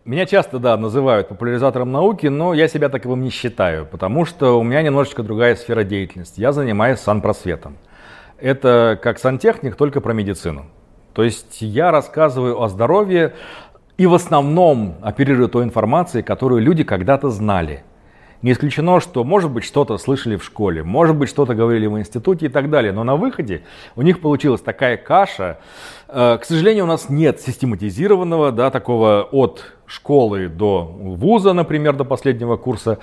Меня часто, да, называют популяризатором науки, но я себя таковым не считаю, потому что у меня немножечко другая сфера деятельности. Я занимаюсь санпросветом. Это как сантехник, только про медицину. То есть я рассказываю о здоровье и в основном оперирую той информацией, которую люди когда-то знали. Не исключено, что, может быть, что-то слышали в школе, может быть, что-то говорили в институте и так далее. Но на выходе у них получилась такая каша. К сожалению, у нас нет систематизированного, да, такого от школы до вуза, например, до последнего курса,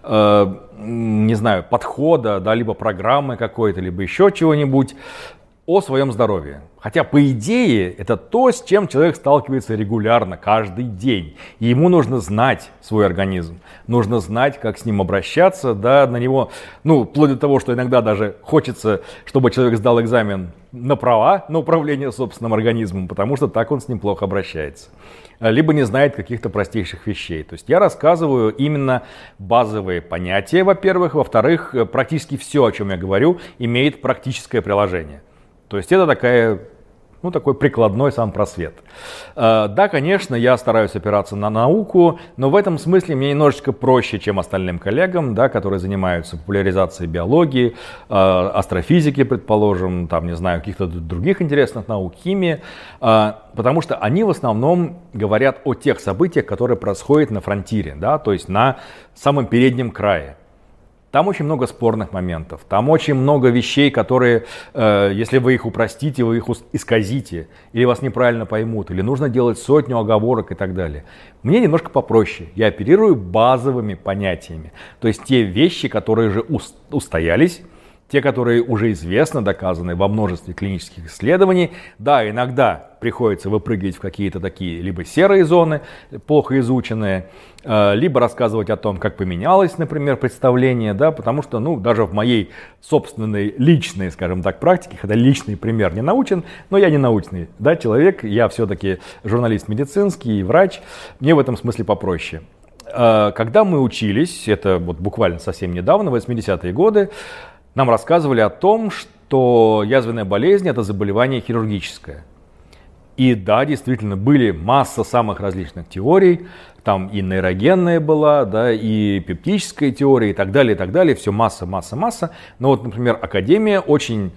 не знаю, подхода, да, либо программы какой-то, либо еще чего-нибудь о своем здоровье. Хотя, по идее, это то, с чем человек сталкивается регулярно, каждый день. И ему нужно знать свой организм, нужно знать, как с ним обращаться, да, на него, вплоть до того, что иногда даже хочется, чтобы человек сдал экзамен на права, на управление собственным организмом, потому что так он с ним плохо обращается. Либо не знает каких-то простейших вещей. То есть я рассказываю именно базовые понятия, во-первых. Во-вторых, практически все, о чем я говорю, имеет практическое приложение. То есть это такой прикладной сам просвет. Да, конечно, я стараюсь опираться на науку, но в этом смысле мне немножечко проще, чем остальным коллегам, да, которые занимаются популяризацией биологии, астрофизики, предположим, там, не знаю, каких-то других интересных наук, химии, потому что они в основном говорят о тех событиях, которые происходят на фронтире, да, то есть на самом переднем крае. Там очень много спорных моментов, там очень много вещей, которые, если вы их упростите, вы их исказите, или вас неправильно поймут, или нужно делать сотню оговорок и так далее. Мне немножко попроще, я оперирую базовыми понятиями, то есть те вещи, которые же устоялись, те, которые уже известно, доказаны во множестве клинических исследований. Да, иногда приходится выпрыгивать в какие-то такие либо серые зоны, плохо изученные, либо рассказывать о том, как поменялось, например, представление, да, потому что, даже в моей собственной личной, скажем так, практике, хотя личный пример не научен, но я не научный, да, человек, я все-таки журналист медицинский, врач, мне в этом смысле попроще. Когда мы учились, это вот буквально совсем недавно, в 80-е годы, нам рассказывали о том, что язвенная болезнь – это заболевание хирургическое. И да, действительно, были масса самых различных теорий, там и нейрогенная была, да, и пептическая теория, и так далее, все масса. Но вот, например, Академия очень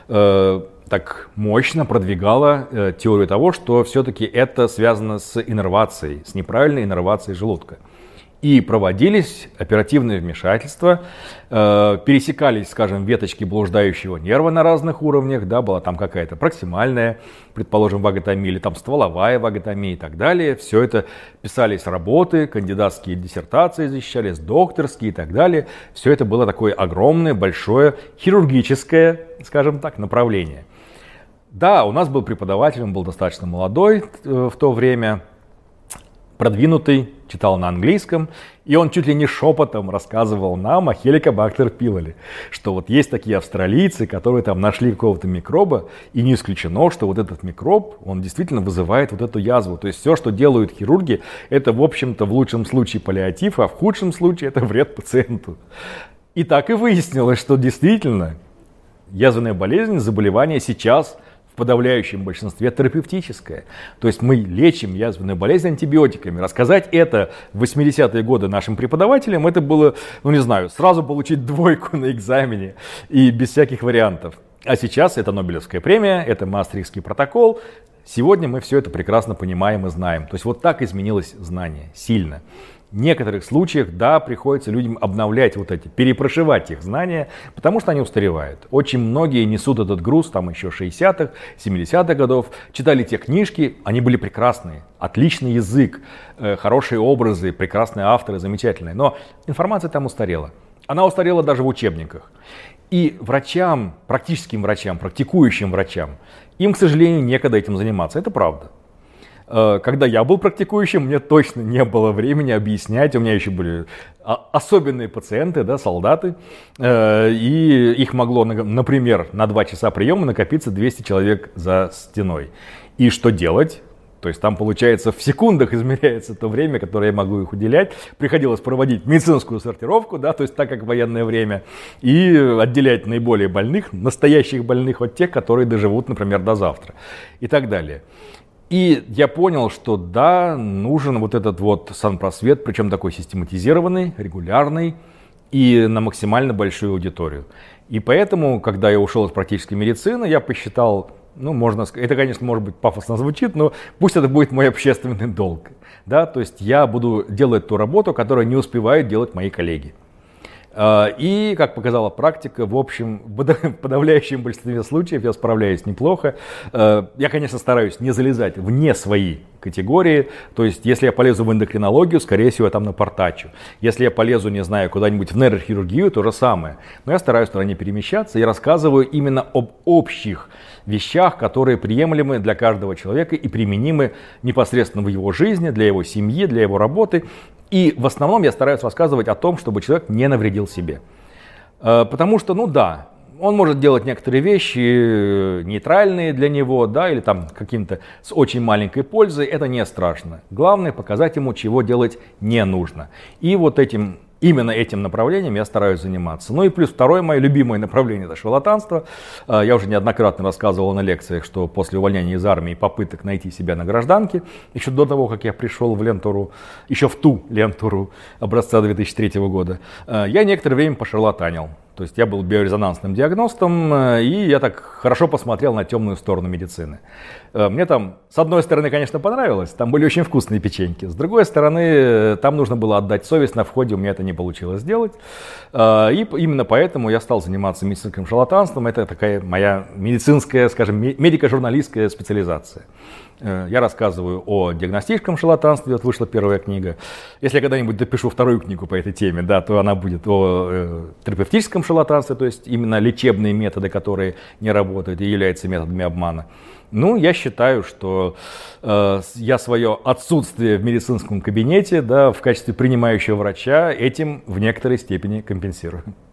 так мощно продвигала теорию того, что все-таки это связано с иннервацией, с неправильной иннервацией желудка. И проводились оперативные вмешательства, пересекались, скажем, веточки блуждающего нерва на разных уровнях, да, была там какая-то проксимальная, предположим, ваготомия, или там стволовая ваготомия и так далее. Все это писались работы, кандидатские диссертации защищались, докторские и так далее. Все это было такое огромное, большое хирургическое, скажем так, направление. Да, у нас был преподаватель, он был достаточно молодой в то время, продвинутый, читал на английском, и он чуть ли не шепотом рассказывал нам о Helicobacter pylori, что вот есть такие австралийцы, которые там нашли какого-то микроба, и не исключено, что вот этот микроб, он действительно вызывает вот эту язву. То есть все, что делают хирурги, это, в общем-то, в лучшем случае паллиатив, а в худшем случае это вред пациенту. И так и выяснилось, что действительно язвенная болезнь, заболевание сейчас в подавляющем большинстве терапевтическое. То есть мы лечим язвенную болезнь антибиотиками. Рассказать это в 80-е годы нашим преподавателям, это было, сразу получить двойку на экзамене и без всяких вариантов. А сейчас это Нобелевская премия, это Маастрихтский протокол. Сегодня мы все это прекрасно понимаем и знаем. То есть вот так изменилось знание сильно. В некоторых случаях, да, приходится людям обновлять перепрошивать их знания, потому что они устаревают. Очень многие несут этот груз, там еще 60-х, 70-х годов, читали те книжки, они были прекрасные, отличный язык, хорошие образы, прекрасные авторы, замечательные. Но информация там устарела. Она устарела даже в учебниках. И врачам, практическим врачам, практикующим врачам, им, к сожалению, некогда этим заниматься. Это правда. Когда я был практикующим, мне точно не было времени объяснять. У меня еще были особенные пациенты, да, солдаты. И их могло, например, на 2 часа приема накопиться 200 человек за стеной. И что делать? То есть там, получается, в секундах измеряется то время, которое я могу их уделять. Приходилось проводить медицинскую сортировку, да, то есть так, как в военное время, и отделять наиболее больных, настоящих больных от тех, которые доживут, например, до завтра и так далее. И я понял, что да, нужен вот этот вот санпросвет, причем такой систематизированный, регулярный и на максимально большую аудиторию. И поэтому, когда я ушел из практической медицины, я посчитал, ну, можно сказать, это, конечно, может быть пафосно звучит, но пусть это будет мой общественный долг. Да? То есть я буду делать ту работу, которую не успевают делать мои коллеги. И, как показала практика, в общем, в подавляющем большинстве случаев я справляюсь неплохо. Я, конечно, стараюсь не залезать вне свои категории. То есть, если я полезу в эндокринологию, скорее всего, я там напортачу. Если я полезу, не знаю, куда-нибудь в нейрохирургию, то же самое. Но я стараюсь туда не перемещаться и рассказываю именно об общих вещах, которые приемлемы для каждого человека и применимы непосредственно в его жизни, для его семьи, для его работы. И в основном я стараюсь рассказывать о том, чтобы человек не навредил себе. Потому что, ну да, он может делать некоторые вещи нейтральные для него, да, или там каким-то с очень маленькой пользой, это не страшно. Главное показать ему, чего делать не нужно. И вот именно этим направлением я стараюсь заниматься. Ну и плюс второе мое любимое направление — это шарлатанство. Я уже неоднократно рассказывал на лекциях, что после увольнения из армии, попыток найти себя на гражданке, еще до того, как я пришел в Ленту.ру, еще в ту Ленту.ру образца 2003 года, я некоторое время пошарлатанил. То есть я был биорезонансным диагностом, и я так хорошо посмотрел на темную сторону медицины. Мне там, с одной стороны, конечно, понравилось, там были очень вкусные печеньки. С другой стороны, там нужно было отдать совесть на входе, у меня это не получилось сделать. И именно поэтому я стал заниматься медицинским шарлатанством. Это такая моя медицинская, скажем, медико-журналистская специализация. Я рассказываю о диагностическом шарлатанстве, вот вышла первая книга. Если я когда-нибудь допишу вторую книгу по этой теме, да, то она будет о терапевтическом шарлатанстве, то есть именно лечебные методы, которые не работают и являются методами обмана. Ну, я считаю, что я свое отсутствие в медицинском кабинете, да, в качестве принимающего врача этим в некоторой степени компенсирую.